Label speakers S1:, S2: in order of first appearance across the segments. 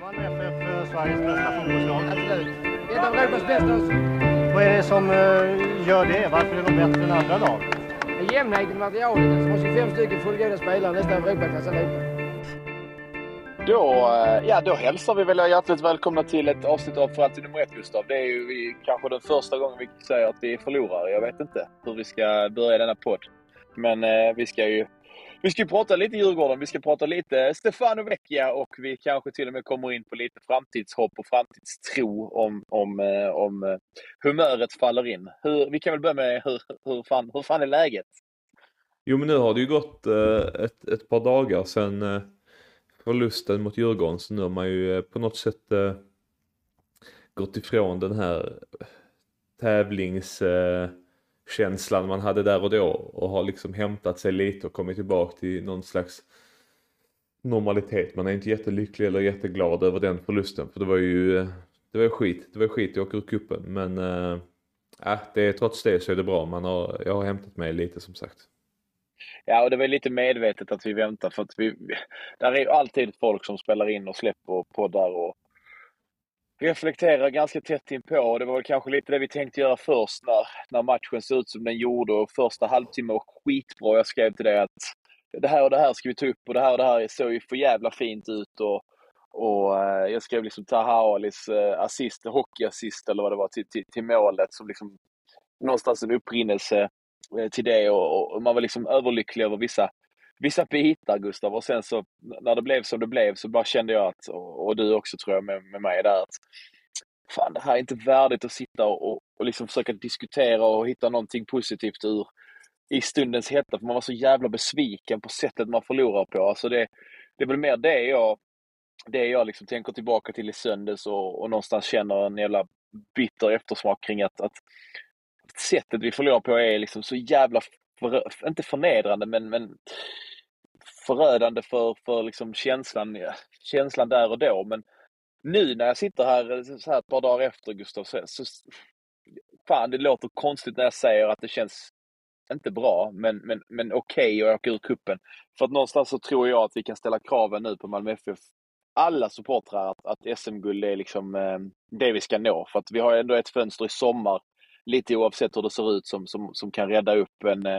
S1: Malmö FF Sveriges bästa fotbollslag?
S2: Absolut. Ett av Europas bästa också.
S1: Vad är det som gör det? Varför är de bättre än andra lag?
S2: Jämnheten i materialet. Som har 25 stycken fullgoda spelare nästan Europaklass allihopa.
S3: Då hälsar vi väl hjärtligt välkomna till ett avsnitt av Framtid nummer 1, Gustav. Det är ju kanske den första gången vi säger att vi är förlorare. Jag vet inte hur vi ska börja denna podd. Men vi ska ju prata lite Djurgården, vi ska prata lite Stefano Vecchia och vi kanske till och med kommer in på lite framtidshopp och framtidstro om humöret faller in. Vi kan väl börja med hur fan är läget?
S4: Jo, men nu har det ju gått ett par dagar sedan förlusten mot Djurgården, så nu har man ju på något sätt gått ifrån den här tävlingskänslan man hade där och då och har liksom hämtat sig lite och kommit tillbaka till någon slags normalitet. Man är inte jättelycklig eller jätteglad över den förlusten, för det var skit i åka ur kuppen, men det är, trots det så är det bra. Jag har hämtat mig lite, som sagt.
S3: Ja, och det var lite medvetet att vi väntar, för att där är ju alltid folk som spelar in och släpper poddar och reflekterar ganska tätt inpå, och det var väl kanske lite det vi tänkte göra först när matchen såg ut som den gjorde, och första halvtimme var skitbra. Jag skrev till det att det här och det här ska vi ta upp, och det här såg ju för jävla fint ut, och jag skrev liksom Taha Alis hockeyassist eller vad det var till målet, som liksom någonstans en upprinnelse till det, och man var liksom överlycklig över vissa bitar, Gustav. Och sen så när det blev som det blev, så bara kände jag att, och du också tror jag med mig där, att fan, det här är inte värdigt att sitta och liksom försöka diskutera och hitta någonting positivt i stundens hetta, för man var så jävla besviken på sättet man förlorar på. Alltså det är väl mer det jag liksom tänker tillbaka till i söndags, och någonstans känner en jävla bitter eftersmak kring att sättet vi förlorar på är liksom så jävla inte förnedrande, men förödande för liksom känslan där och då. Men nu när jag sitter här så här ett par dagar efter, Gustav, så fan, det låter konstigt när jag säger att det känns inte bra, men okej att åka ur kuppen. För att någonstans så tror jag att vi kan ställa kraven nu på Malmö FF, alla supportrar, att SM-guld är liksom det vi ska nå. För att vi har ändå ett fönster i sommar, lite oavsett hur det ser ut, som kan rädda upp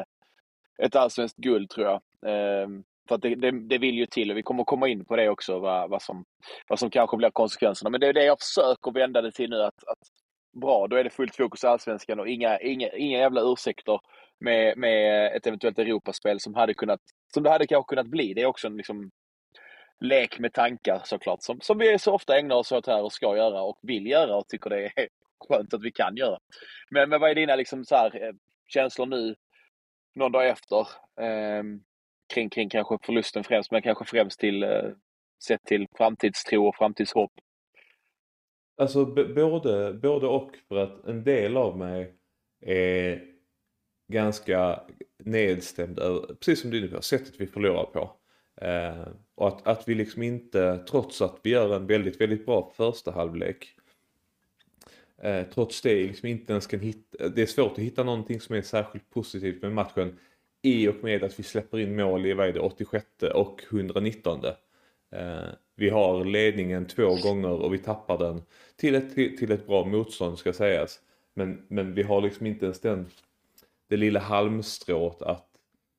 S3: ett allsvenskt guld, tror jag. För att det vill ju till, och vi kommer komma in på det också, vad som kanske blir konsekvenserna. Men det är det jag försöker vända det till nu, att bra, då är det fullt fokus i allsvenskan och inga jävla ursäkter med ett eventuellt Europaspel som det hade kanske kunnat bli. Det är också en liksom lek med tankar, såklart, som vi så ofta ägnar oss åt här och ska göra och vill göra och tycker det är skönt att vi kan göra. Men vad är dina liksom så här känslor nu någon dag efter kring kanske förlusten främst, men kanske främst sett till framtidstro och framtidshopp?
S4: Alltså både och, för att en del av mig är ganska nedstämd över, precis som du är på, sättet vi förlorar på. Och att vi liksom inte, trots att vi gör en väldigt, väldigt bra första halvlek, trots det liksom inte ens kan hitta, det är svårt att hitta någonting som är särskilt positivt med matchen, i och med att vi släpper in mål i 86 och 119. Vi har ledningen 2 gånger och vi tappar den till ett bra motstånd, ska sägas. Men vi har liksom inte ens det lilla halmstrået att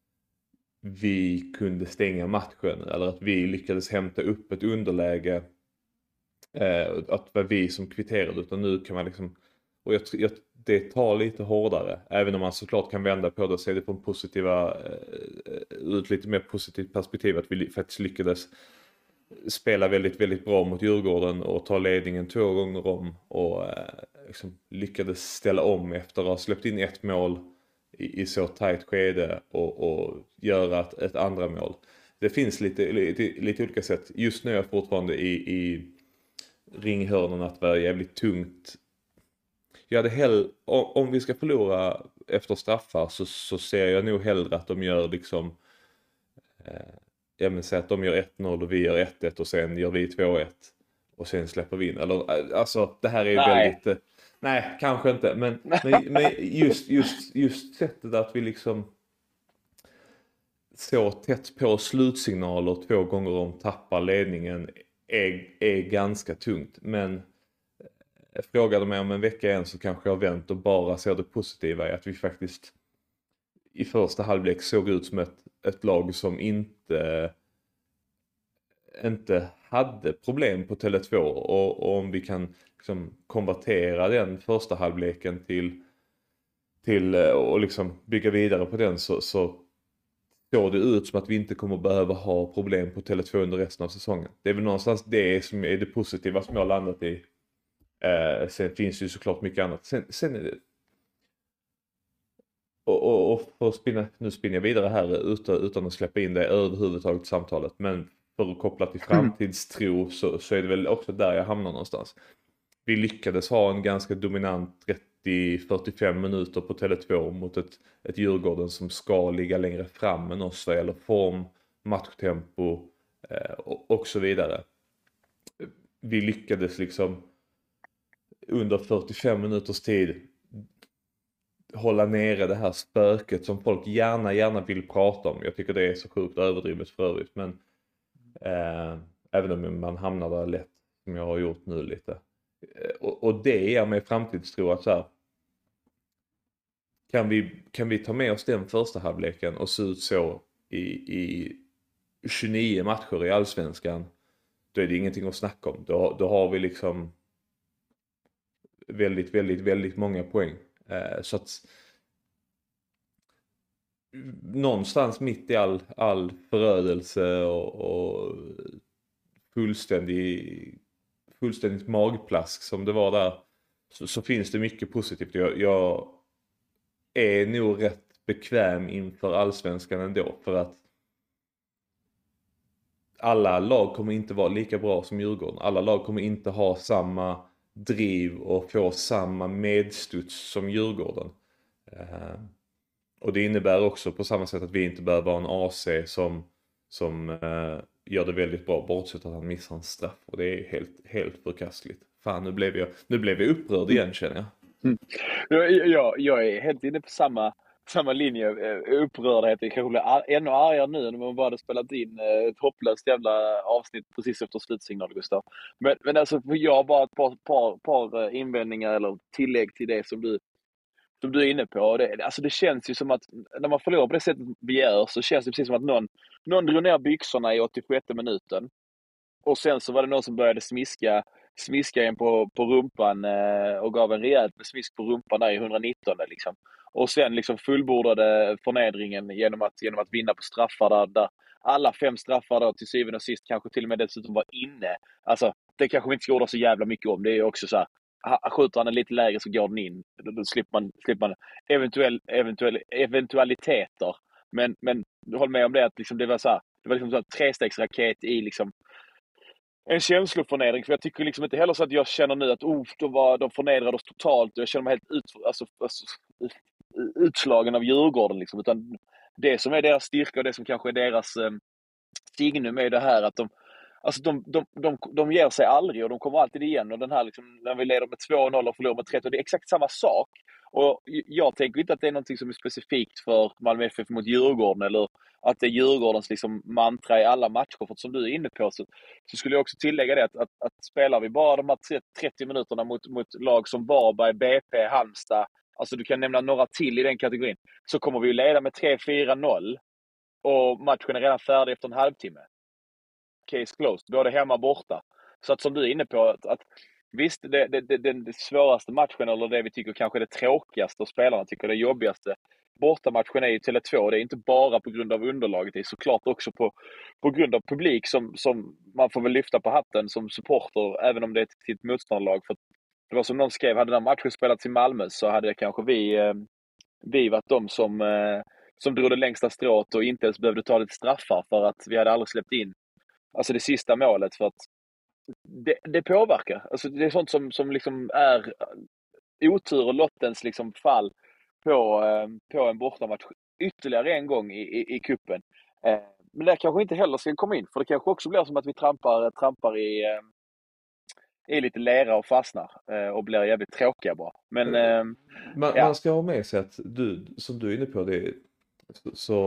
S4: vi kunde stänga matchen, eller att vi lyckades hämta upp ett underläge, att det var vi som kvitterade, utan nu kan man liksom, och det tar lite hårdare, även om man såklart kan vända på det och se det från ur ett lite mer positivt perspektiv, att vi faktiskt lyckades spela väldigt, väldigt bra mot Djurgården och ta ledningen 2 gånger om, och liksom lyckades ställa om efter att ha släppt in ett mål i så tajt skede och göra ett andra mål. Det finns lite olika sätt. Just nu är jag fortfarande i ringhörnan att vara jävligt tungt. Jag hade om vi ska förlora efter straffar, så ser jag nog hellre att de gör liksom säg att de gör 1-0 och vi gör 1-1 och sen gör vi 2-1 och sen släpper vi in. Eller, alltså det här är väldigt... Nej, kanske inte. Men just sättet att vi liksom så tätt på slutsignaler 2 gånger om tappar ledningen är ganska tungt. Men frågade mig om en vecka igen så kanske jag vänt och bara ser det positiva i att vi faktiskt i första halvlek såg ut som ett lag som inte hade problem på Tele2 och om vi kan liksom konvertera den första halvleken till och liksom bygga vidare på den så såg det ut som att vi inte kommer behöva ha problem på Tele2 under resten av säsongen. Det är väl någonstans det som är det positiva som jag har landat i. Sen finns det ju såklart mycket annat. Sen är det och för att nu spinner jag vidare här utan att släppa in det överhuvudtaget i samtalet. Men för att koppla till framtidstro så är det väl också där jag hamnar någonstans. Vi lyckades ha en ganska dominant 30-45 minuter på Tele2 mot ett Djurgården som ska ligga längre fram än oss vad gäller form, matchtempo och så vidare. Vi lyckades liksom under 45 minuters tid hålla nere det här spöket som folk gärna vill prata om. Jag tycker det är så sjukt överdrivet för övrigt. Men även om man hamnar där lätt som jag har gjort nu lite. Och det är med framtidstro att så här, kan vi ta med oss den första halvleken och se ut så i 29 matcher i Allsvenskan, då är det ingenting att snacka om. Då har vi liksom väldigt många poäng. Så att någonstans mitt i all förödelse och fullständigt magplask som det var där så finns det mycket positivt. Jag är nog rätt bekväm inför Allsvenskan ändå, för att alla lag kommer inte vara lika bra som Djurgården. Alla lag kommer inte ha samma driv och få samma medstuds som Djurgården. Och det innebär också på samma sätt att vi inte behöver ha en AC som gör det väldigt bra, bortsett att han missar en straff. Och det är helt förkastligt. Fan, nu blev jag upprörd igen, känner jag.
S3: Jag är helt inne på samma linje. Upprördhet. Jag kanske blir ännu argare nu när man bara hade spelat in ett hopplöst jävla avsnitt precis efter slutsignal, Gustav. Men alltså, jag har bara ett par invändningar eller tillägg till det som du är inne på. Det känns ju som att när man förlorar på det sättet vi gör, så känns det precis som att någon drog ner byxorna i 86 minuten. Och sen så var det någon som började smiska en på rumpan och gav en rejält smisk på rumpan där i 119 liksom. Och sen liksom fullbordade förnedringen genom att vinna på straffar där alla 5 straffar då till syvende och sist kanske till och med dessutom var inne. Alltså, det kanske vi inte ska orda så jävla mycket om. Det är också så här, skjuter han den lite lägre så går den in. Då slipper man eventualiteter. Men håll med om det att liksom det var liksom så här 3-stegsraket i liksom en känsloförnedring. För jag tycker liksom inte heller så att jag känner nu att de förnedrade oss totalt och jag känner mig helt utslagen av Djurgården liksom. Utan det som är deras styrka och det som kanske är deras signum är det här att de ger sig aldrig och de kommer alltid igen. Och den här liksom, när vi leder med 2-0 och förlorar med 3-0, det är exakt samma sak. Och jag tänker inte att det är någonting som är specifikt för Malmö FF mot Djurgården eller att det är Djurgårdens liksom mantra i alla matcher. För som du är inne på så skulle jag också tillägga det att spelar vi bara de här 30 minuterna mot lag som Varberg, BP, Halmstad, alltså du kan nämna några till i den kategorin, så kommer vi ju leda med 3-4-0 och matchen är redan färdig efter en halvtimme. Case closed, både hemma och borta. Så att som du är inne på att visst, den svåraste matchen eller det vi tycker kanske är det tråkigaste och spelarna tycker det jobbigaste bortamatchen är ju Tele2. Det är inte bara på grund av underlaget, det är såklart också på grund av publik som man får väl lyfta på hatten som supporter, även om det är till ett motståndarlag. För det var som någon skrev, hade den matchen spelats i Malmö så hade kanske vi varit de som drog det längsta strået och inte ens behövde ta lite straffar för att vi hade aldrig släppt in alltså det sista målet, för att det påverkar. Alltså det är sånt som liksom är otur och lottens liksom fall på en bortamatch ytterligare en gång i kuppen. Men det kanske inte heller ska komma in, för det kanske också blir som att vi trampar i lite lera och fastnar och blir jävligt tråkiga bara. Men
S4: man ska ha med sig att som du är inne på det, så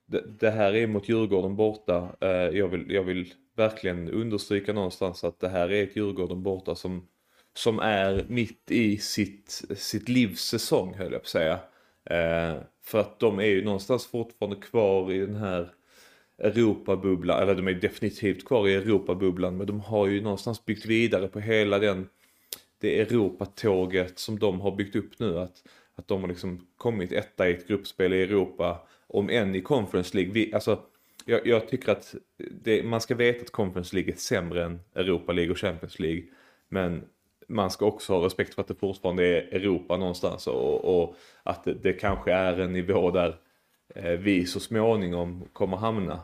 S4: det här är mot Djurgården borta. Jag vill verkligen understryka någonstans att det här är ett Djurgården borta som är mitt i sitt livs säsong, höll jag på att säga. För att de är ju någonstans fortfarande kvar i den här Europabubblan, eller de är definitivt kvar i Europabubblan, men de har ju någonstans byggt vidare på hela det Europatåget som de har byggt upp nu, att de har liksom kommit etta i ett gruppspel i Europa, om än i Conference League. Jag tycker att man ska veta att Conference League är sämre än Europa League och Champions League, men man ska också ha respekt för att det fortfarande är Europa någonstans, och att det kanske är en nivå där vi så småningom kommer hamna.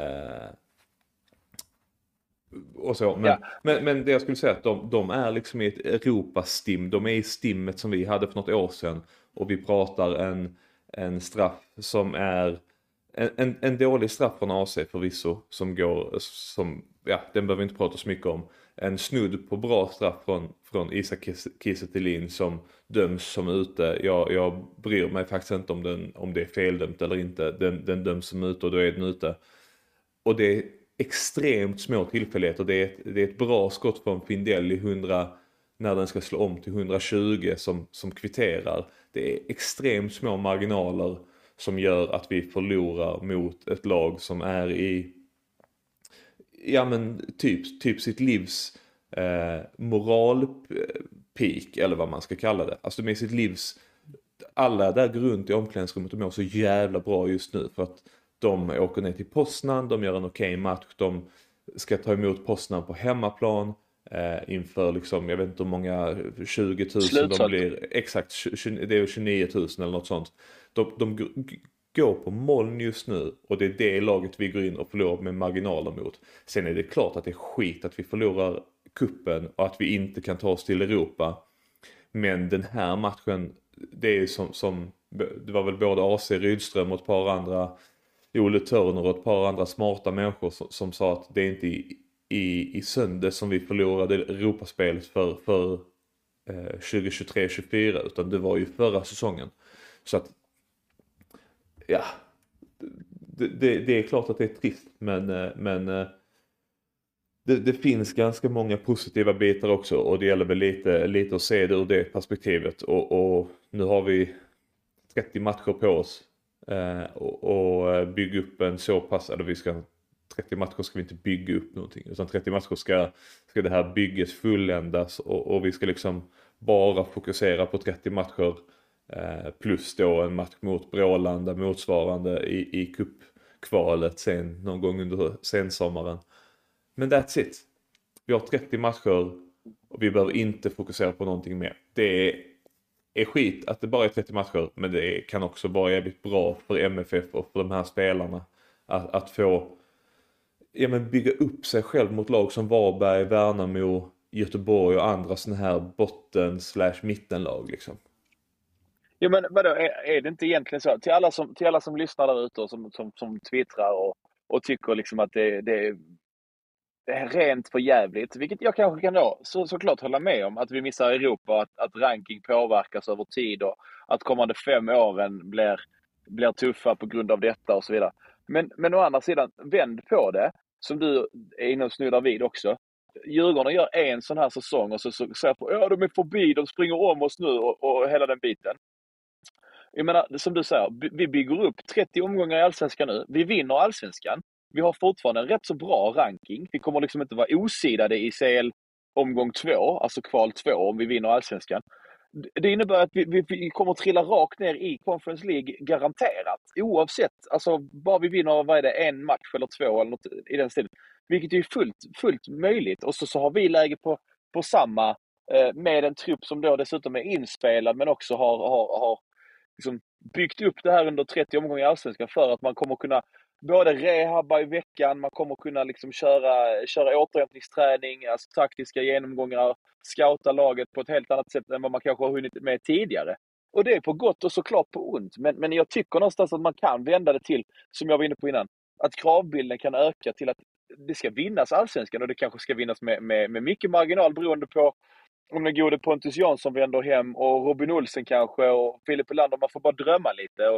S4: Och så. Men det jag skulle säga att de är liksom i ett Europastim. De är i stimmet som vi hade för något år sedan. Och vi pratar en straff som är en dålig straff från AC förvisso. Den behöver vi inte prata så mycket om. En snudd på bra straff från Isak Kiese Thelin som döms som ute. Jag bryr mig faktiskt inte om det är feldömt eller inte. Den döms som ute och då är den ute. Och det är extremt små tillfälligheter. Det är ett bra skott från Findell i 100 när den ska slå om till 120 som kvitterar. Det är extremt små marginaler som gör att vi förlorar mot ett lag som är i typ sitt livs moralpeak, eller vad man ska kalla det. Alltså med sitt livs, alla där går runt i omklädningsrummet och mår så jävla bra just nu för att de åker ner till Poznan, de gör en okej match, de ska ta emot Poznan på hemmaplan inför liksom, jag vet inte hur många, 20 000 de blir, exakt, det är 29 000 eller något sånt. De går på moln just nu, och det är det laget vi går in och förlorar med marginaler mot. Sen är det klart att det är skit att vi förlorar kuppen och att vi inte kan ta oss till Europa. Men den här matchen, det är som det var väl både AC Rydström och ett par andra, Ole Törner och ett par andra smarta människor som sa att det är inte i söndag som vi förlorade Europaspelet för 2023-24, utan det var ju förra säsongen. Så att ja, det är klart att det är trist, men det finns ganska många positiva bitar också, och det gäller väl lite att se det ur det perspektivet, och nu har vi 30 matcher på oss och bygga upp en så pass, eller 30 matcher ska vi inte bygga upp någonting, utan 30 matcher ska det här bygget fulländas, och vi ska liksom bara fokusera på 30 matcher plus då en match mot Brålanda motsvarande i cupkvalet sen någon gång under sensommaren. Men that's it. Vi har 30 matcher och vi behöver inte fokusera på någonting mer. Det är skit att det bara är 30 matcher, men det kan också vara jävligt bra för MFF och för de här spelarna att få bygga upp sig själv mot lag som Varberg, Värnamo, Göteborg och andra såna här botten/mittenlag liksom.
S3: Ja, men vadå, är det inte egentligen så? Till alla som lyssnar där ute och som twittrar och tycker liksom att det är rent för jävligt, vilket jag kanske kan då såklart hålla med om, att vi missar Europa, att ranking påverkas över tid och att kommande 5 åren blir tuffa på grund av detta och så vidare. Men å andra sidan, vänd på det, som du är inne och snuddar vid också. Djurgården gör en sån här säsong och så säger på, de är förbi, de springer om oss nu och hela den biten. Jag menar, som du säger, vi bygger upp 30 omgångar i Allsvenskan nu. Vi vinner Allsvenskan. Vi har fortfarande en rätt så bra ranking. Vi kommer liksom inte vara osidade i CL omgång 2, alltså kval 2, om vi vinner Allsvenskan. Det innebär att vi kommer att trilla rakt ner i Conference League garanterat. Oavsett, alltså bara vi vinner, en match eller 2 eller något i den stilen. Vilket är fullt möjligt. Och så har vi läge på samma, med en trupp som då dessutom är inspelad, men också har liksom byggt upp det här under 30 omgångar i Allsvenskan, för att man kommer kunna både rehabba i veckan, man kommer kunna liksom köra återhämtningsträning, alltså taktiska genomgångar, scouta laget på ett helt annat sätt än vad man kanske har hunnit med tidigare. Och det är på gott och såklart på ont. Men jag tycker någonstans att man kan vända det till, som jag var inne på innan, att kravbilden kan öka till att det ska vinnas Allsvenskan, och det kanske ska vinnas med mycket marginal beroende på om den gode Pontus Jansson vänder hem och Robin Olsen kanske och Filip Helander. Man får bara drömma lite.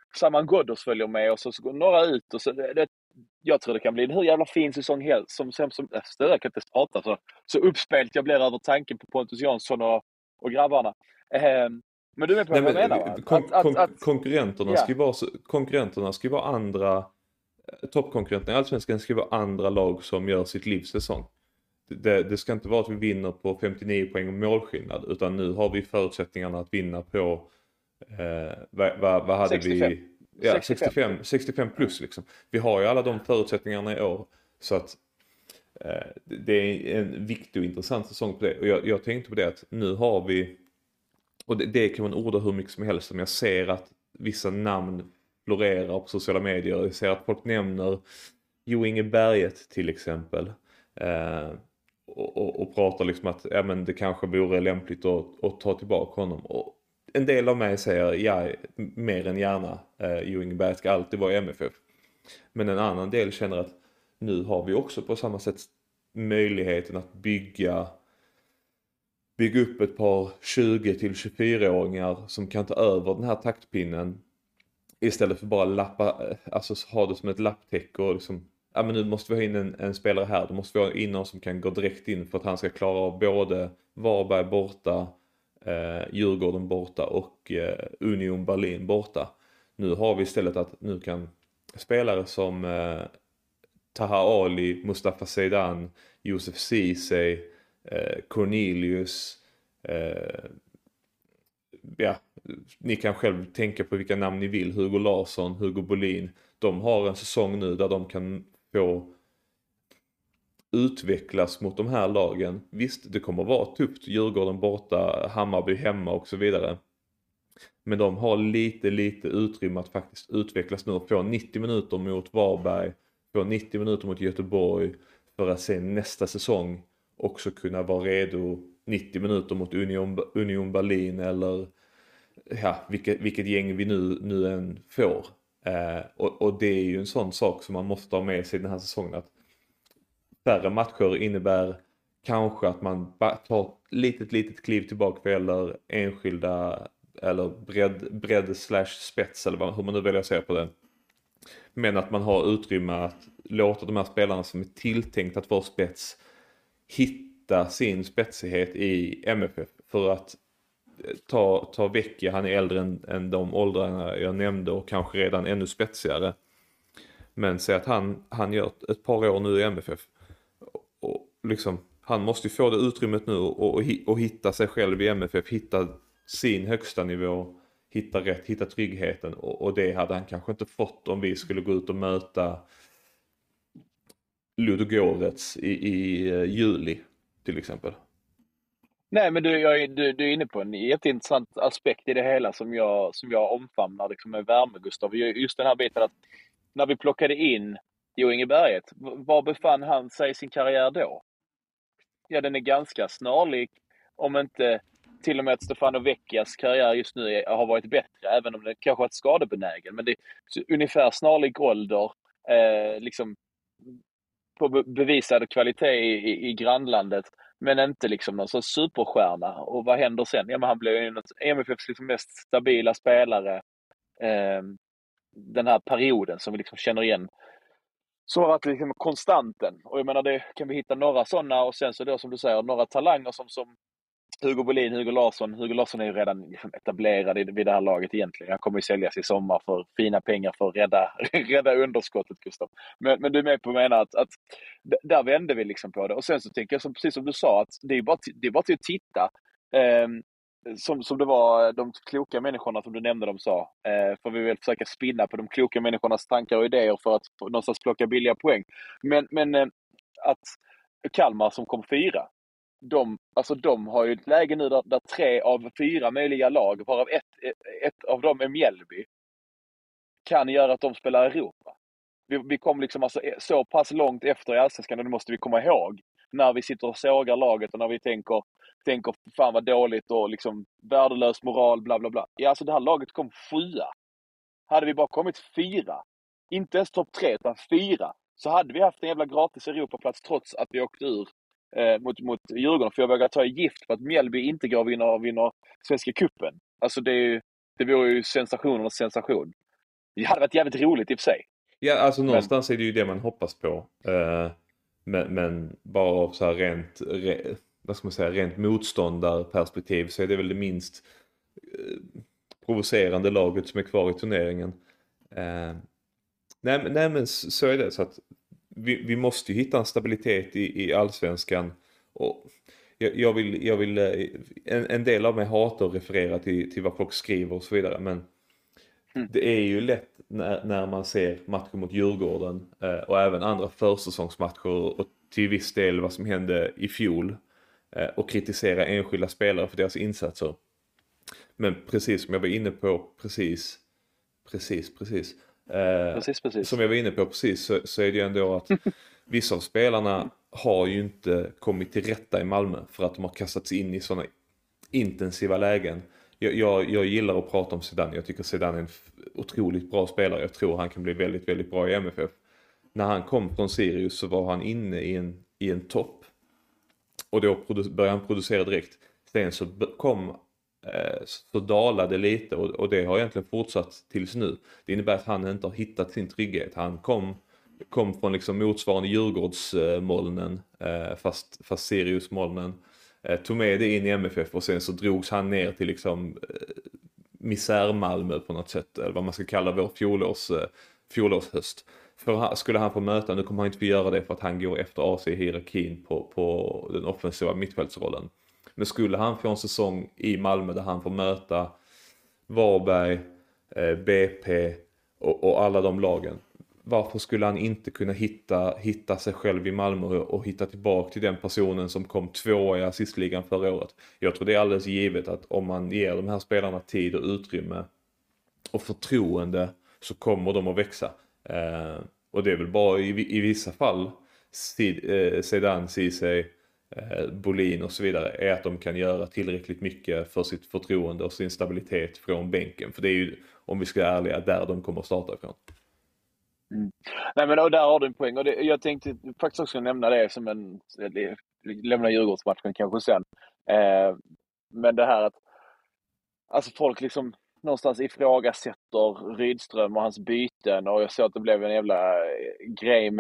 S3: Saman Ghoddos följer med och så går några ut och så jag tror det kan bli en hur jävla fin säsong helst som jag kan inte prata så uppspelt jag blir över tanken på Pontus Jansson och grabbarna. Men du är med på vad jag menar, va?
S4: Konkurrenterna ska ju vara andra, toppkonkurrenterna i Allsvenskan ska vara andra lag som gör sitt livs säsong. Det ska inte vara att vi vinner på 59 poäng och målskillnad, utan nu har vi förutsättningarna att vinna på vad hade
S3: 65.
S4: vi? Ja, 65 plus liksom. Vi har ju alla de förutsättningarna i år, så att det är en viktig och intressant säsong på det. Och jag tänkte på det att nu har vi, och det kan man orda hur mycket som helst om. Jag ser att vissa namn florerar på sociala medier. Jag ser att folk nämner Jo Inge Berget till exempel. Och pratar liksom att ja, men det kanske vore lämpligt att ta tillbaka honom. Och en del av mig säger ja, mer än gärna. Jo Inge Berget ska alltid vara i MFF. Men en annan del känner att nu har vi också på samma sätt möjligheten att bygga upp ett par 20-24-åringar som kan ta över den här taktpinnen istället för bara ha det som ett lapptäcke och liksom, ja men nu måste vi ha in en spelare här, då måste vi ha in någon som kan gå direkt in för att han ska klara av både Varberg borta, Djurgården borta och Union Berlin borta. Nu har vi istället att nu kan spelare som Taha Ali, Mustafa Zeidan, Josef Ceesay, Cornelius, ja, ni kan själv tänka på vilka namn ni vill, Hugo Larsson, Hugo Bolin. De har en säsong nu där de kan få utvecklas mot de här lagen. Visst, det kommer vara tufft, Djurgården borta, Hammarby hemma och så vidare. Men de har lite utrymme att faktiskt utvecklas nu och få 90 minuter mot Varberg, få 90 minuter mot Göteborg för att sen nästa säsong också kunna vara redo 90 minuter mot Union Berlin eller ja, vilket gäng vi nu än får. Och det är ju en sån sak som man måste ha med sig den här säsongen, att färre matcher innebär kanske att man tar litet kliv tillbaka eller enskilda eller bredd / spets eller hur man nu väljer att säga på det. Men att man har utrymme att låta de här spelarna som är tilltänkt att vara spets hitta sin spetsighet i MFF, för att ta Vecchia, han är äldre än de åldrarna jag nämnde och kanske redan ännu spetsigare. Men säg att han gör ett par år nu i MFF och liksom, han måste ju få det utrymmet nu och hitta sig själv i MFF, hitta sin högsta nivå, hitta rätt, hitta tryggheten, och det hade han kanske inte fått om vi skulle gå ut och möta Ludogorets i juli till exempel.
S3: Nej, men du är inne på en jätteintressant aspekt i det hela som jag omfamnar liksom med värme, Gustav. Just den här biten att när vi plockade in Jo Inge Berget, var befann han sig i sin karriär då? Ja, den är ganska snarlik, om inte till och med att Stefano Vecchias karriär just nu har varit bättre, även om det kanske varit skadebenägen. Men det är ungefär snarlik ålder, liksom på bevisad kvalitet i grannlandet, men inte liksom någon sån superstjärna. Och vad händer sen? Ja, men han blev ju MFFs liksom mest stabila spelare den här perioden som vi liksom känner igen. Så har varit liksom konstanten. Och jag menar, det kan vi hitta några sådana, och sen så då som du säger, några talanger som Hugo Bolin, Hugo Larsson. Hugo Larsson är ju redan liksom etablerad vid det här laget egentligen. Han kommer ju säljas i sommar för fina pengar för att rädda underskottet, Gustav. Men du är med på att mena att där vände vi liksom på det. Och sen så tänker jag, precis som du sa, att det är bara till att titta. Som det var de kloka människorna som du nämnde, de sa. För vi vill försöka spinna på de kloka människornas tankar och idéer för att någonstans plocka billiga poäng. Men att Kalmar som kom 4, de har ju ett läge nu där 3 av 4 möjliga lag, varav ett av dem är Mjällby, kan göra att de spelar Europa. Vi kom liksom alltså så pass långt efter i Allsvenskan, och det måste vi komma ihåg när vi sitter och sågar laget och när vi tänker fan vad dåligt och liksom värdelös moral, bla bla bla. Ja, alltså det här laget kom 7. Hade vi bara kommit 4, inte ens topp 3 utan 4, så hade vi haft en jävla gratis Europaplats trots att vi åkte ur mot Djurgården. För jag vågar ta gift på att Mjällby inte går och vinner Svenska cupen. Alltså det vore ju sensationernas sensation. Det hade varit jävligt roligt i och för sig.
S4: Ja, alltså någonstans är det ju det man hoppas på. Men bara av så här vad ska man säga, rent motståndarperspektiv så är det väl det minst provocerande laget som är kvar i turneringen. Nej men så är det. Så att vi måste ju hitta en stabilitet i allsvenskan. Och jag vill en del av mig hatar att referera till vad folk skriver och så vidare. Men det är ju lätt när man ser matcher mot Djurgården och även andra försäsongsmatcher och till viss del vad som hände i fjol och kritisera enskilda spelare för deras insatser. Men precis som jag var inne på precis. Som jag var inne på precis så är det ju ändå att vissa av spelarna har ju inte kommit till rätta i Malmö för att de har kastats in i sådana intensiva lägen. Jag gillar att prata om Zidane. Jag tycker Zidane är en otroligt bra spelare. Jag tror han kan bli väldigt, väldigt bra i MFF. När han kom från Sirius så var han inne i en topp. Och då började han producera direkt. Sen så dalade lite och det har egentligen fortsatt tills nu. Det innebär att han inte har hittat sin trygghet. Han kom från liksom motsvarande Djurgårdsmolnen fast Sirius-molnen. Tog med det in i MFF och sen så drogs han ner till liksom misär-Malmö på något sätt. Eller vad man ska kalla vår fjolårshöst. För skulle han få möta, nu kommer han inte få göra det för att han går efter AC i hierarkin på den offensiva mittfältsrollen. Men skulle han få en säsong i Malmö där han får möta Varberg, BP och alla de lagen. Varför skulle han inte kunna hitta sig själv i Malmö och hitta tillbaka till den personen som kom 2 i assistligan förra året? Jag tror det är alldeles givet att om man ger de här spelarna tid och utrymme och förtroende så kommer de att växa. Och det är väl bara i vissa fall Zidane, Ceesay, Bolin och så vidare är att de kan göra tillräckligt mycket för sitt förtroende och sin stabilitet från bänken. För det är ju, om vi ska vara ärliga, där de kommer att starta ifrån.
S3: Nej men och där har du en poäng och jag tänkte faktiskt också nämna det som lämna Djurgårdsmatchen kanske sen. Men det här att alltså folk liksom någonstans ifrågasätter Rydström och hans byten och jag såg att det blev en jävla grej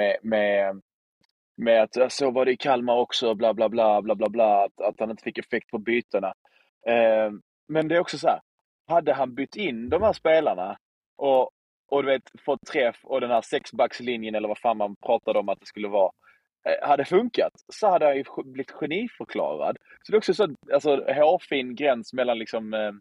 S3: med att så var det i Kalmar också bla bla bla bla bla bla att han inte fick effekt på bytena. Men det är också så här, hade han bytt in de här spelarna och du vet fått träff och den här 6-backslinjen eller vad fan man pratade om att det skulle vara hade funkat så hade han ju blivit geniförklarad. Så det är också så alltså hårfin gräns mellan liksom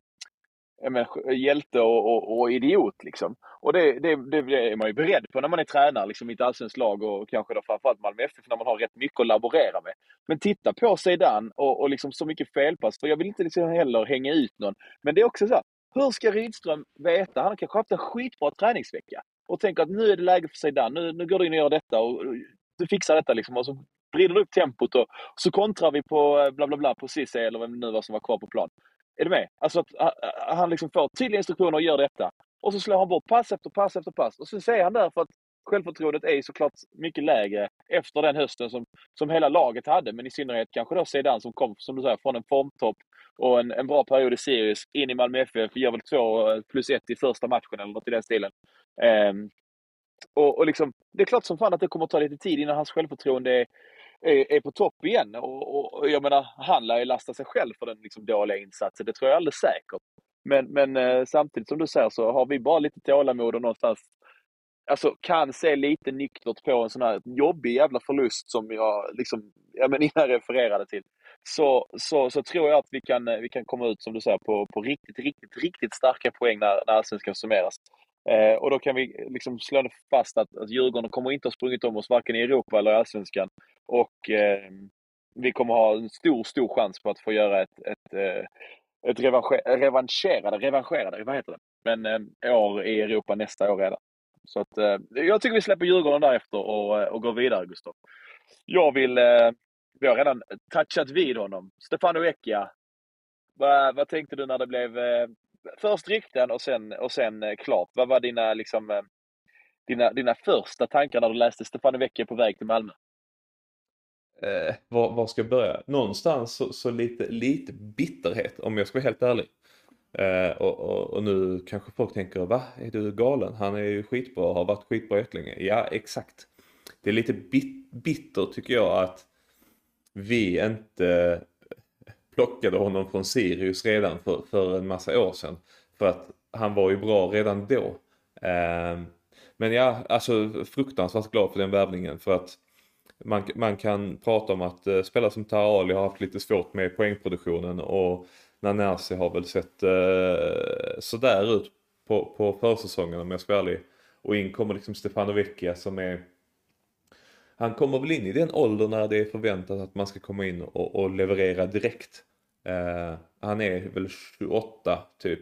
S3: hjälte och idiot liksom. Och det är man ju beredd på när man är tränare liksom i ett allsvenskt lag och kanske då framförallt Malmö FF när man har rätt mycket att laborera med. Men titta på Zidane och liksom så mycket felpass för jag vill inte liksom heller hänga ut någon. Men det är också så här, hur ska Rydström veta? Han har kanske haft en skitbra träningsvecka och tänker att nu är det läge för Zidane. Nu går du in och gör detta och du fixar detta liksom och så vrider du upp tempot och så kontrar vi på bla bla bla på Ceesay eller vem det nu var som var kvar på plan. Är du med? Alltså att han liksom får tydliga instruktioner och gör detta. Och så slår han bort pass efter pass efter pass. Och så säger han därför att självförtroendet är såklart mycket lägre efter den hösten som hela laget hade. Men i synnerhet kanske då Zidane som kom, som du säger, från en formtopp och en bra period i Sirius in i Malmö FF. Gör väl 2+1 i första matchen eller något i den stilen. Och liksom, det är klart som fan att det kommer att ta lite tid innan hans självförtroende är på topp igen och jag menar han lär ju lasta sig själv för den liksom dåliga insatsen, det tror jag alldeles säkert men samtidigt som du säger så har vi bara lite tålamod och någonstans alltså kan se lite nyktert på en sån här jobbig jävla förlust som jag liksom innan refererade till så tror jag att vi kan komma ut som du säger på riktigt starka poäng när allsvenskan summeras. Och då kan vi liksom slå fast att Djurgården kommer inte att sprungit om oss varken i Europa eller i allsvenskan och vi kommer ha en stor chans på att få göra ett revancherade, vad heter det? Men år i Europa nästa år redan. Så att jag tycker vi släpper Djurgården därefter och går vidare, Gustav. Vi har redan touchat vid honom. Stefano Vecchia. Vad tänkte du när det blev först rykten och sen klart? Vad var dina första tankar när du läste Stefano Vecchia på väg till Malmö?
S4: Var ska jag börja? Någonstans så lite bitterhet om jag ska vara helt ärlig. Och nu kanske folk tänker, va? Är du galen? Han är ju skitbra och har varit skitbra jättelänge. Ja, exakt. Det är lite bitter tycker jag att vi inte plockade honom från Sirius redan för en massa år sedan. För att han var ju bra redan då. Men ja, alltså fruktansvärt glad för den värvningen. För att man kan prata om att spelare som Taha Ali har haft lite svårt med poängproduktionen. Och Nanasi har väl sett sådär ut på försäsongen om jag ska vara ärlig. Och in kommer liksom Stefano Vecchia som är... Han kommer väl in i den åldern när det är förväntat att man ska komma in och leverera direkt. Han är väl 28 typ.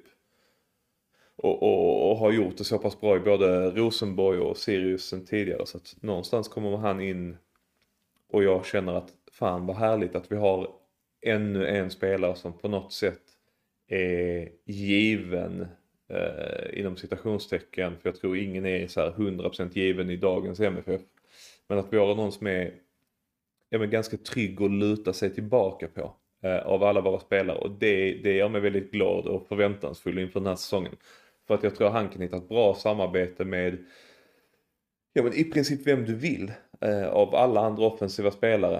S4: Och har gjort det så pass bra i både Rosenborg och Sirius sen tidigare. Så att någonstans kommer han in och jag känner att fan vad härligt att vi har ännu en spelare som på något sätt är given inom citationstecken. För jag tror ingen är så här 100% given i dagens MFF. Men att vi har någon som är ganska trygg och luta sig tillbaka på av alla våra spelare. Och det gör mig väldigt glad och förväntansfull inför den här säsongen. För att jag tror att han kan hitta ett bra samarbete med i princip vem du vill av alla andra offensiva spelare.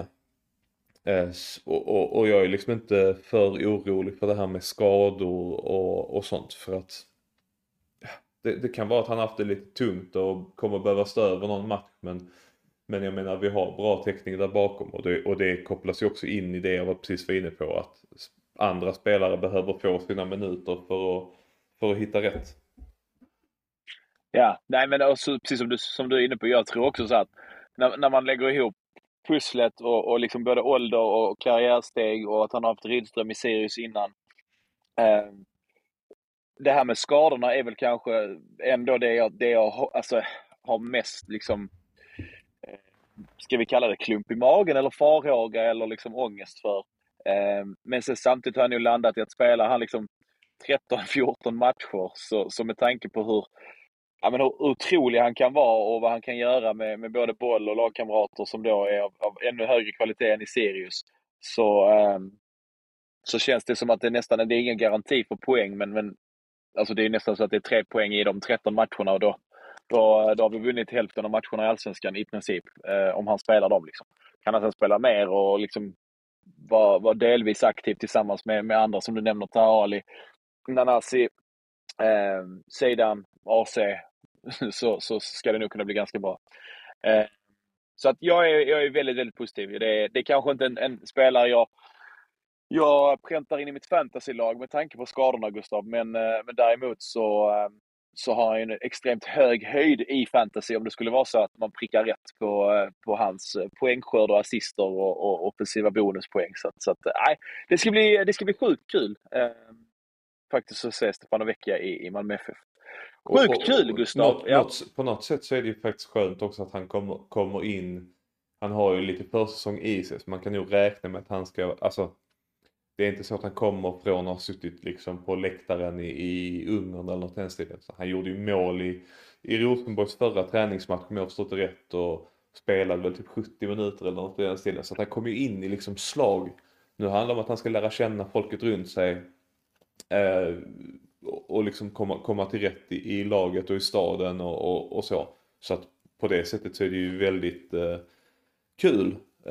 S4: Och jag är liksom inte för orolig för det här med skador och sånt. För att det kan vara att han haft det lite tungt och kommer behöva stå över någon match. Men jag menar vi har bra täckning där bakom och det kopplas ju också in i det jag var precis var inne på att andra spelare behöver få sina minuter för att hitta rätt.
S3: Ja, nej men också, precis som du är inne på, jag tror också så att när man lägger ihop pusslet och liksom både ålder och karriärsteg och att han har haft Rydström i Sirius innan. Det här med skadorna är väl kanske ändå det jag alltså, har mest liksom ska vi kalla det klump i magen eller farhåga eller liksom ångest för. Men sen samtidigt har han ju landat i att spela han liksom 13-14 matcher så med tanke på hur otrolig han kan vara och vad han kan göra med både boll och lagkamrater som då är av ännu högre kvalitet än i Sirius så känns det som att det är ingen garanti för poäng men alltså det är nästan så att det är 3 poäng i de 13 matcherna och då har vi vunnit hälften av matcherna i Allsvenskan i princip om han spelar dem liksom. Kan han sen spela mer och liksom vara delvis aktiv tillsammans med andra som du nämner, Taha Ali, Nanasi, Zeidan, AC så ska det nog kunna bli ganska bra. Så att jag är väldigt, väldigt positiv. Det är kanske inte en spelare jag präntar in i mitt fantasylag med tanke på skadorna, Gustav, men däremot så har han en extremt hög höjd i fantasy om det skulle vara så att man prickar rätt på hans poängskörd och assister och offensiva bonuspoäng. Så att nej, det ska bli sjukt kul faktiskt att se Stefano Vecchia i Malmö FF. Sjukt kul, Gustav.
S4: På något sätt så är det ju faktiskt skönt också att han kommer in. Han har ju lite försäsong i sig så man kan nog räkna med att han ska, alltså det är inte så att han kommer från att ha suttit liksom på läktaren i Ungern eller något den stilen. Så han gjorde ju mål i Rosenborgs förra träningsmatch om jag har förstått det rätt och spelade väl typ 70 minuter eller något den stilen. Så att han kom ju in i liksom slag. Nu handlar det om att han ska lära känna folket runt sig och liksom komma till rätt i laget och i staden och så. Så att på det sättet så är det ju väldigt kul.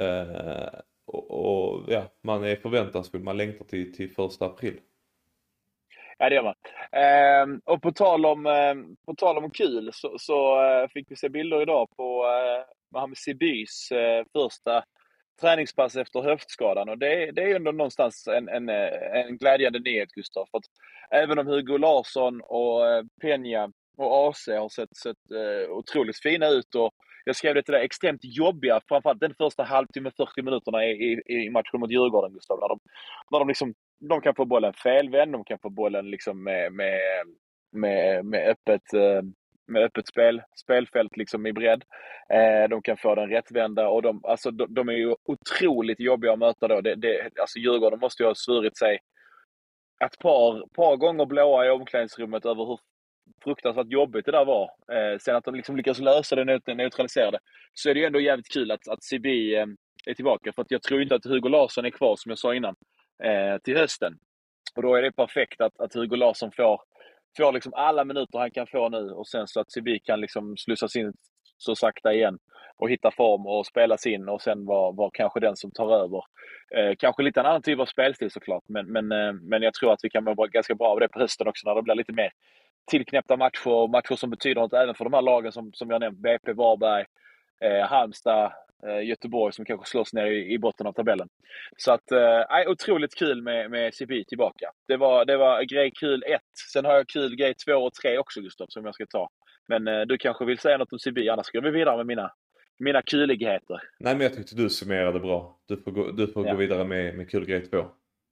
S4: Och ja, man är förväntansfull. Man längtar till 1 april.
S3: Ja, det gör man. Och på tal om kul så fick vi se bilder idag på Mohamed Sibys första träningspass efter höftskadan. Och det är ju ändå någonstans en glädjande nyhet, Gustav. För att även om Hugo Larsson och Peña och AC har sett otroligt fina ut och jag skrev det till det extremt jobbiga, framförallt den första halvtimme, 40 minuterna i matchen mot Djurgården, Gustav. När de liksom, de kan få bollen felvänd, de kan få bollen liksom med öppet spelfält liksom i bredd. De kan få den rättvända och de är ju otroligt jobbiga att möta då. Alltså Djurgården måste ju ha svurit sig ett par gånger blåa i omklädningsrummet över hur fruktansvärt jobbigt det där var. Sen att de liksom lyckas lösa det, neutralisera det, så är det ju ändå jävligt kul att Sibi är tillbaka. För att jag tror inte att Hugo Larsson är kvar, som jag sa innan, till hösten. Och då är det perfekt att Hugo Larsson får liksom alla minuter han kan få nu, och sen så att Sibi kan liksom slussas in så sakta igen och hitta form och spelas in, och sen var kanske den som tar över. Kanske lite en annan typ av spelstil såklart, men jag tror att vi kan vara ganska bra av det på hösten också, när det blir lite mer tillknäppta matcher som betyder något även för de här lagen som jag nämnt, BP, Varberg, Halmstad, Göteborg, som kanske slås ner i botten av tabellen. Så att, otroligt kul med CP tillbaka. Det var grej kul 1. Sen har jag kul grej 2 och 3 också, Gustav, som jag ska ta. Men du kanske vill säga något om CP, annars ska vi vidare med mina kuligheter.
S4: Nej, men jag tyckte du summerade bra. Du får gå vidare med kul grej 2.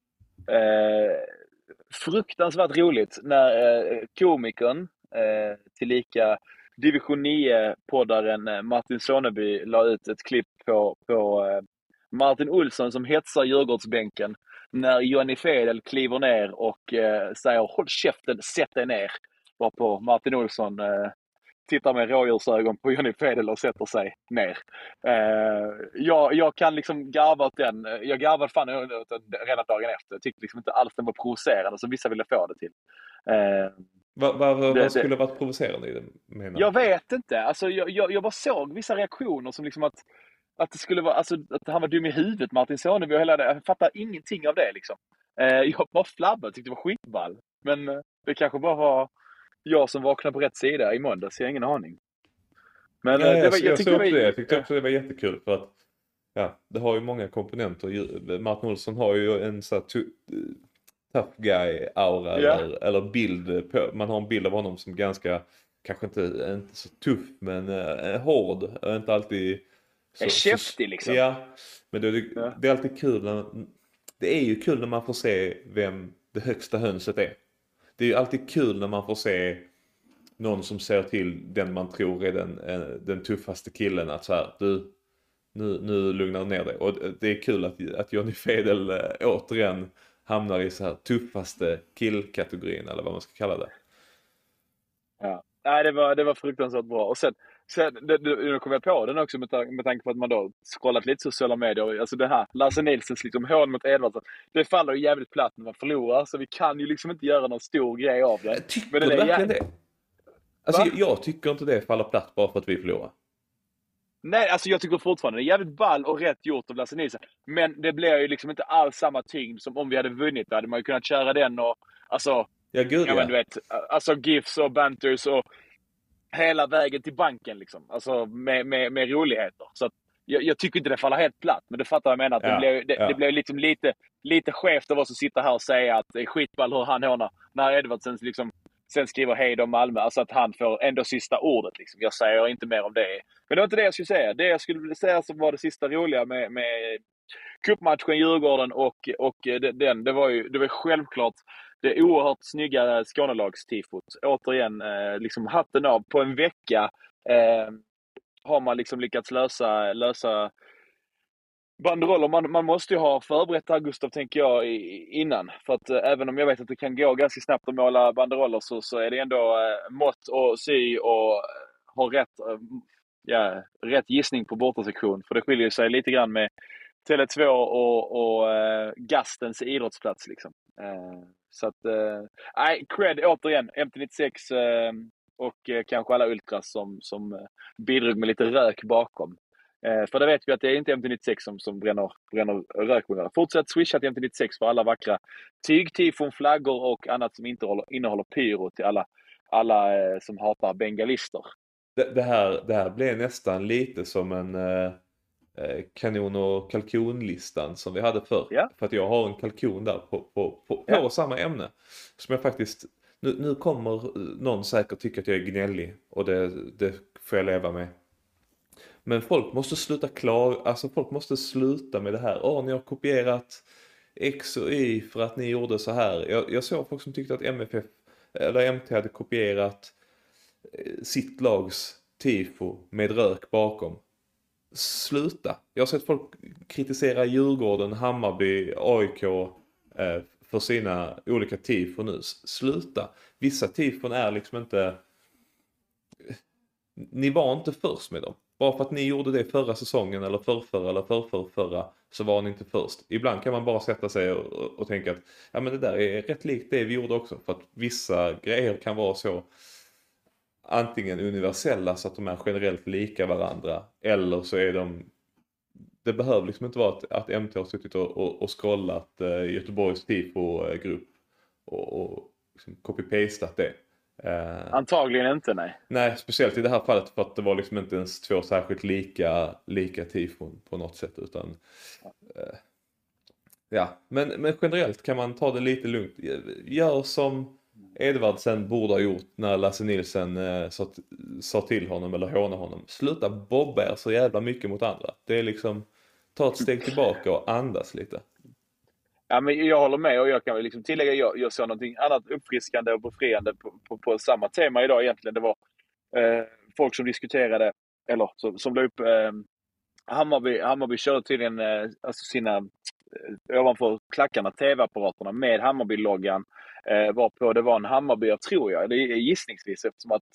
S3: Fruktansvärt roligt när komikern tillika Division 9-poddaren Martin Soneby la ut ett klipp på Martin Olsson som hetsar Djurgårdsbänken när Johnny Fedel kliver ner och säger håll käften, sätt dig ner. Varpå Martin Olsson tittar med rådjursögon på Johnny Fedel och sätter sig ner. Jag kan liksom garva åt den. Jag garvade fan redan dagen efter. Jag tyckte liksom inte alls den var provocerande som vissa ville få det till.
S4: Vad skulle varit provocerande i det, menar?
S3: Jag vet inte. Alltså, jag bara såg vissa reaktioner som liksom att det skulle vara, alltså, att han var dum i huvudet, Martin Soneby och hela det. Jag fattar ingenting av det liksom. Jag bara flabbade, tyckte det var skitball. Men det kanske bara var jag som vaknade på rätt sida i måndags, jag har ingen aning. Men
S4: jag tyckte också det var jättekul, för att det har ju många komponenter. Martin Olsson har ju en så tough guy-aura eller bild på, man har en bild av honom som ganska, kanske inte så tuff, men hård och inte alltid
S3: så käftig liksom.
S4: Ja, men det är alltid kul det är ju kul när man får se vem det högsta hönset är. Det är ju alltid kul när man får se någon som ser till den man tror är den tuffaste killen, att så här, nu lugnar du ner dig. Och det är kul att Johnny Fedel återigen hamnar i så här tuffaste killkategorin, eller vad man ska kalla det.
S3: Ja, nej, det var fruktansvärt bra. Och sen nu kom jag på den också med tanke på att man då scrollat lite sociala medier. Alltså det här, Lasse Nilsens liksom hån mot Edvardsson, det faller ju jävligt platt när man förlorar, så vi kan ju liksom inte göra någon stor grej av det.
S4: Tycker du verkligen det? Alltså jag tycker inte det faller platt bara för att vi förlorar.
S3: Nej, alltså jag tycker fortfarande det är jävligt ball och rätt gjort av Lasse Nilsson. Men det blir ju liksom inte alls samma tyngd som om vi hade vunnit. Då hade man ju kunnat köra den och alltså... Men du vet, alltså gifs och banters och hela vägen till banken liksom. Alltså med roligheter. Så att jag tycker inte det faller helt platt. Men det fattar jag menar att det blev liksom lite skevt av oss att sitta här och säga att det är skitball hur han hånar. När Edvardsen liksom sen skriver hej då Malmö. Alltså att han får ändå sista ordet liksom. Jag säger inte mer om det. Men det var inte det jag skulle säga. Det jag skulle säga som var det sista roliga med cupmatchen Djurgården och den. Det var självklart det oerhört snygga Skånelagstifot. Återigen, liksom hatten av. På en vecka har man liksom lyckats lösa banderoller. Man måste ju ha förberett här, Gustav, tänker jag, innan. För att även om jag vet att det kan gå ganska snabbt att måla banderoller, så är det ändå mått och sy och ha rätt gissning på bortasektion. För det skiljer sig lite grann med Tele2 och Gastens idrottsplats liksom. Så att, cred återigen, MT96 och kanske alla ultras som bidrog med lite rök bakom. För det vet vi att det är inte MT96 som bränner rök på. Fortsätt swisha till MT96 för alla vackra tygtifon, flaggor och annat som inte innehåller pyro till alla som hatar bengalister.
S4: Det här blev nästan lite som en kanon- och kalkonlistan som vi hade förr.
S3: Ja.
S4: För att jag har en kalkon där på samma ämne. Som jag faktiskt, nu kommer någon säkert tycka att jag är gnällig, och det får jag leva med. Men folk måste sluta med det här. Ni har kopierat X och Y för att ni gjorde så här. Jag såg folk som tyckte att MFF eller MT hade kopierat sitt lags tifo med rök bakom. Sluta. Jag har sett folk kritisera Djurgården, Hammarby, AIK för sina olika tifo nu. Sluta. Vissa tifon är liksom inte... Ni var inte först med dem. Bara för att ni gjorde det förra säsongen eller förrförra eller förrförra så var ni inte först. Ibland kan man bara sätta sig och tänka att ja, men det där är rätt likt det vi gjorde också. För att vissa grejer kan vara så antingen universella så att de är generellt lika varandra. Eller så är de... Det behöver liksom inte vara att MT har suttit och scrollat Göteborgs tifo-grupp och liksom copy-pastat det.
S3: Antagligen inte, nej.
S4: Nej, speciellt i det här fallet för att det var liksom inte ens två särskilt lika tifon på något sätt utan ja, men generellt kan man ta det lite lugnt. Gör som Edvardsen borde ha gjort när Lasse Nilsen sa till honom eller håna honom. Sluta bobba er så jävla mycket mot andra. Det är liksom ta ett steg tillbaka och andas lite.
S3: Ja, men jag håller med och jag kan väl liksom tillägga jag såg någonting annat uppfriskande och befriande på samma tema idag egentligen. Det var folk som diskuterade eller som la upp Hammarby körde tydligen alltså sina ovanför klackarna tv-apparaterna med Hammarby-loggan varpå det var en Hammarby, tror jag. Det är gissningsvis eftersom att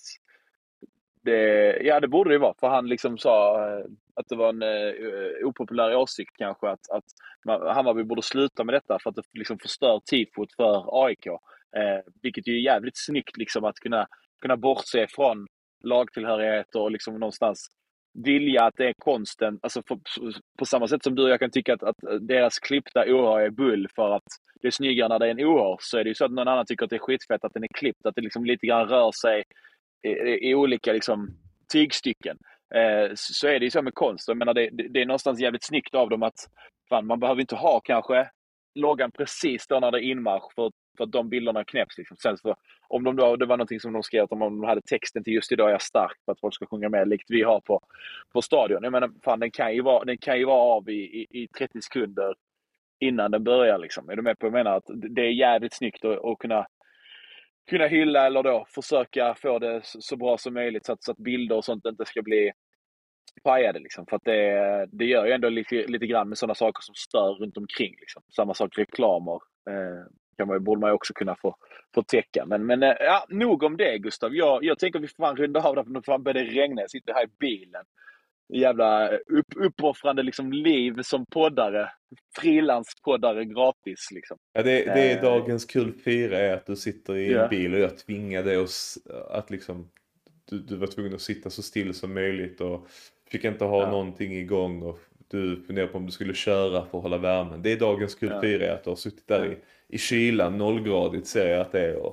S3: det borde det vara. För han liksom sa att det var en opopulär åsikt kanske att Hammarby borde sluta med detta för att det liksom förstör tifot för AIK. Vilket är jävligt snyggt liksom att kunna bortse från lagtillhörighet och liksom någonstans vilja att det är konsten. Alltså på samma sätt som du och jag kan tycka att deras klippta OH är bull för att det är snyggare när det är en OH, så är det ju så att någon annan tycker att det är skitfett att den är klippt, att det liksom lite grann rör sig i olika liksom tygstycken. Så är det ju så med konst. Jag menar, det är någonstans jävligt snyggt av dem att fan, man behöver inte ha kanske loggan precis då när det är inmarsch för att de bilderna knäpps liksom. Sen så, om det var någonting som de skrev om de hade texten till just idag är jag stark på att folk ska sjunga med likt vi har på stadion. Jag menar, fan, den kan ju vara av i 30 sekunder innan den börjar liksom. Är du med på? Jag menar att det är jävligt snyggt att kunna hylla eller då försöka få det så bra som möjligt så att bilder och sånt inte ska bli pajade liksom. För att det gör ju ändå lite grann med sådana saker som stör runt omkring liksom. Samma sak reklamer borde man ju också kunna få täcka. Men ja, nog om det, Gustav. Jag tänker att vi får fan runda av det för nu fan börjar det regna. Jag sitter här i bilen. Jävla uppoffrande liksom liv som poddare. Frilanspoddare gratis liksom.
S4: Ja, det är dagens kul 4 är att du sitter i en bil och jag tvingade att liksom du var tvungen att sitta så still som möjligt och fick inte ha någonting igång och du funderade på om du skulle köra för att hålla värmen. Det är dagens kul 4 är att du har suttit där i kylan, 0-gradigt ser jag att det är. Och,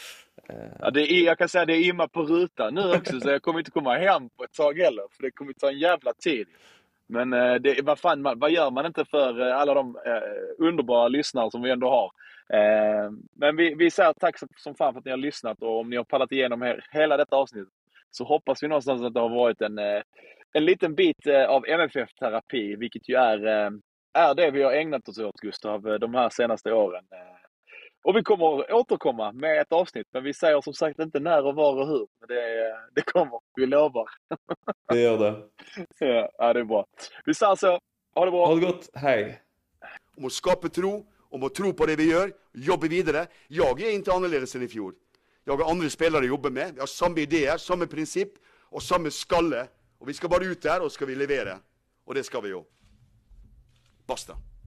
S3: jag kan säga det är imma på rutan nu också så jag kommer inte komma hem på ett tag heller för det kommer ta en jävla tid. Men vad gör man inte för alla de underbara lyssnare som vi ändå har. Men vi säger tack som fan för att ni har lyssnat och om ni har pallat igenom hela detta avsnitt så hoppas vi någonstans att det har varit en liten bit av MFF-terapi vilket ju är det vi har ägnat oss åt, Gustav, de här senaste åren. Och vi kommer återkomma med ett avsnitt, men vi säger som sagt inte när och var och hur. Det kommer, vi lovar.
S4: Det gör det.
S3: Ja, det är bra. Vi säger så. Ha det bra.
S4: Ha det gott. Hej.
S5: Om att skapa tro, om att tro på det vi gör, jobba vidare. Jag är inte annorlunda än i fjol. Jag har andra spelare att jobba med. Vi har samma idéer, samma princip och samma skalle. Och vi ska bara ut där och ska vi leverera. Och det ska vi ju. Basta.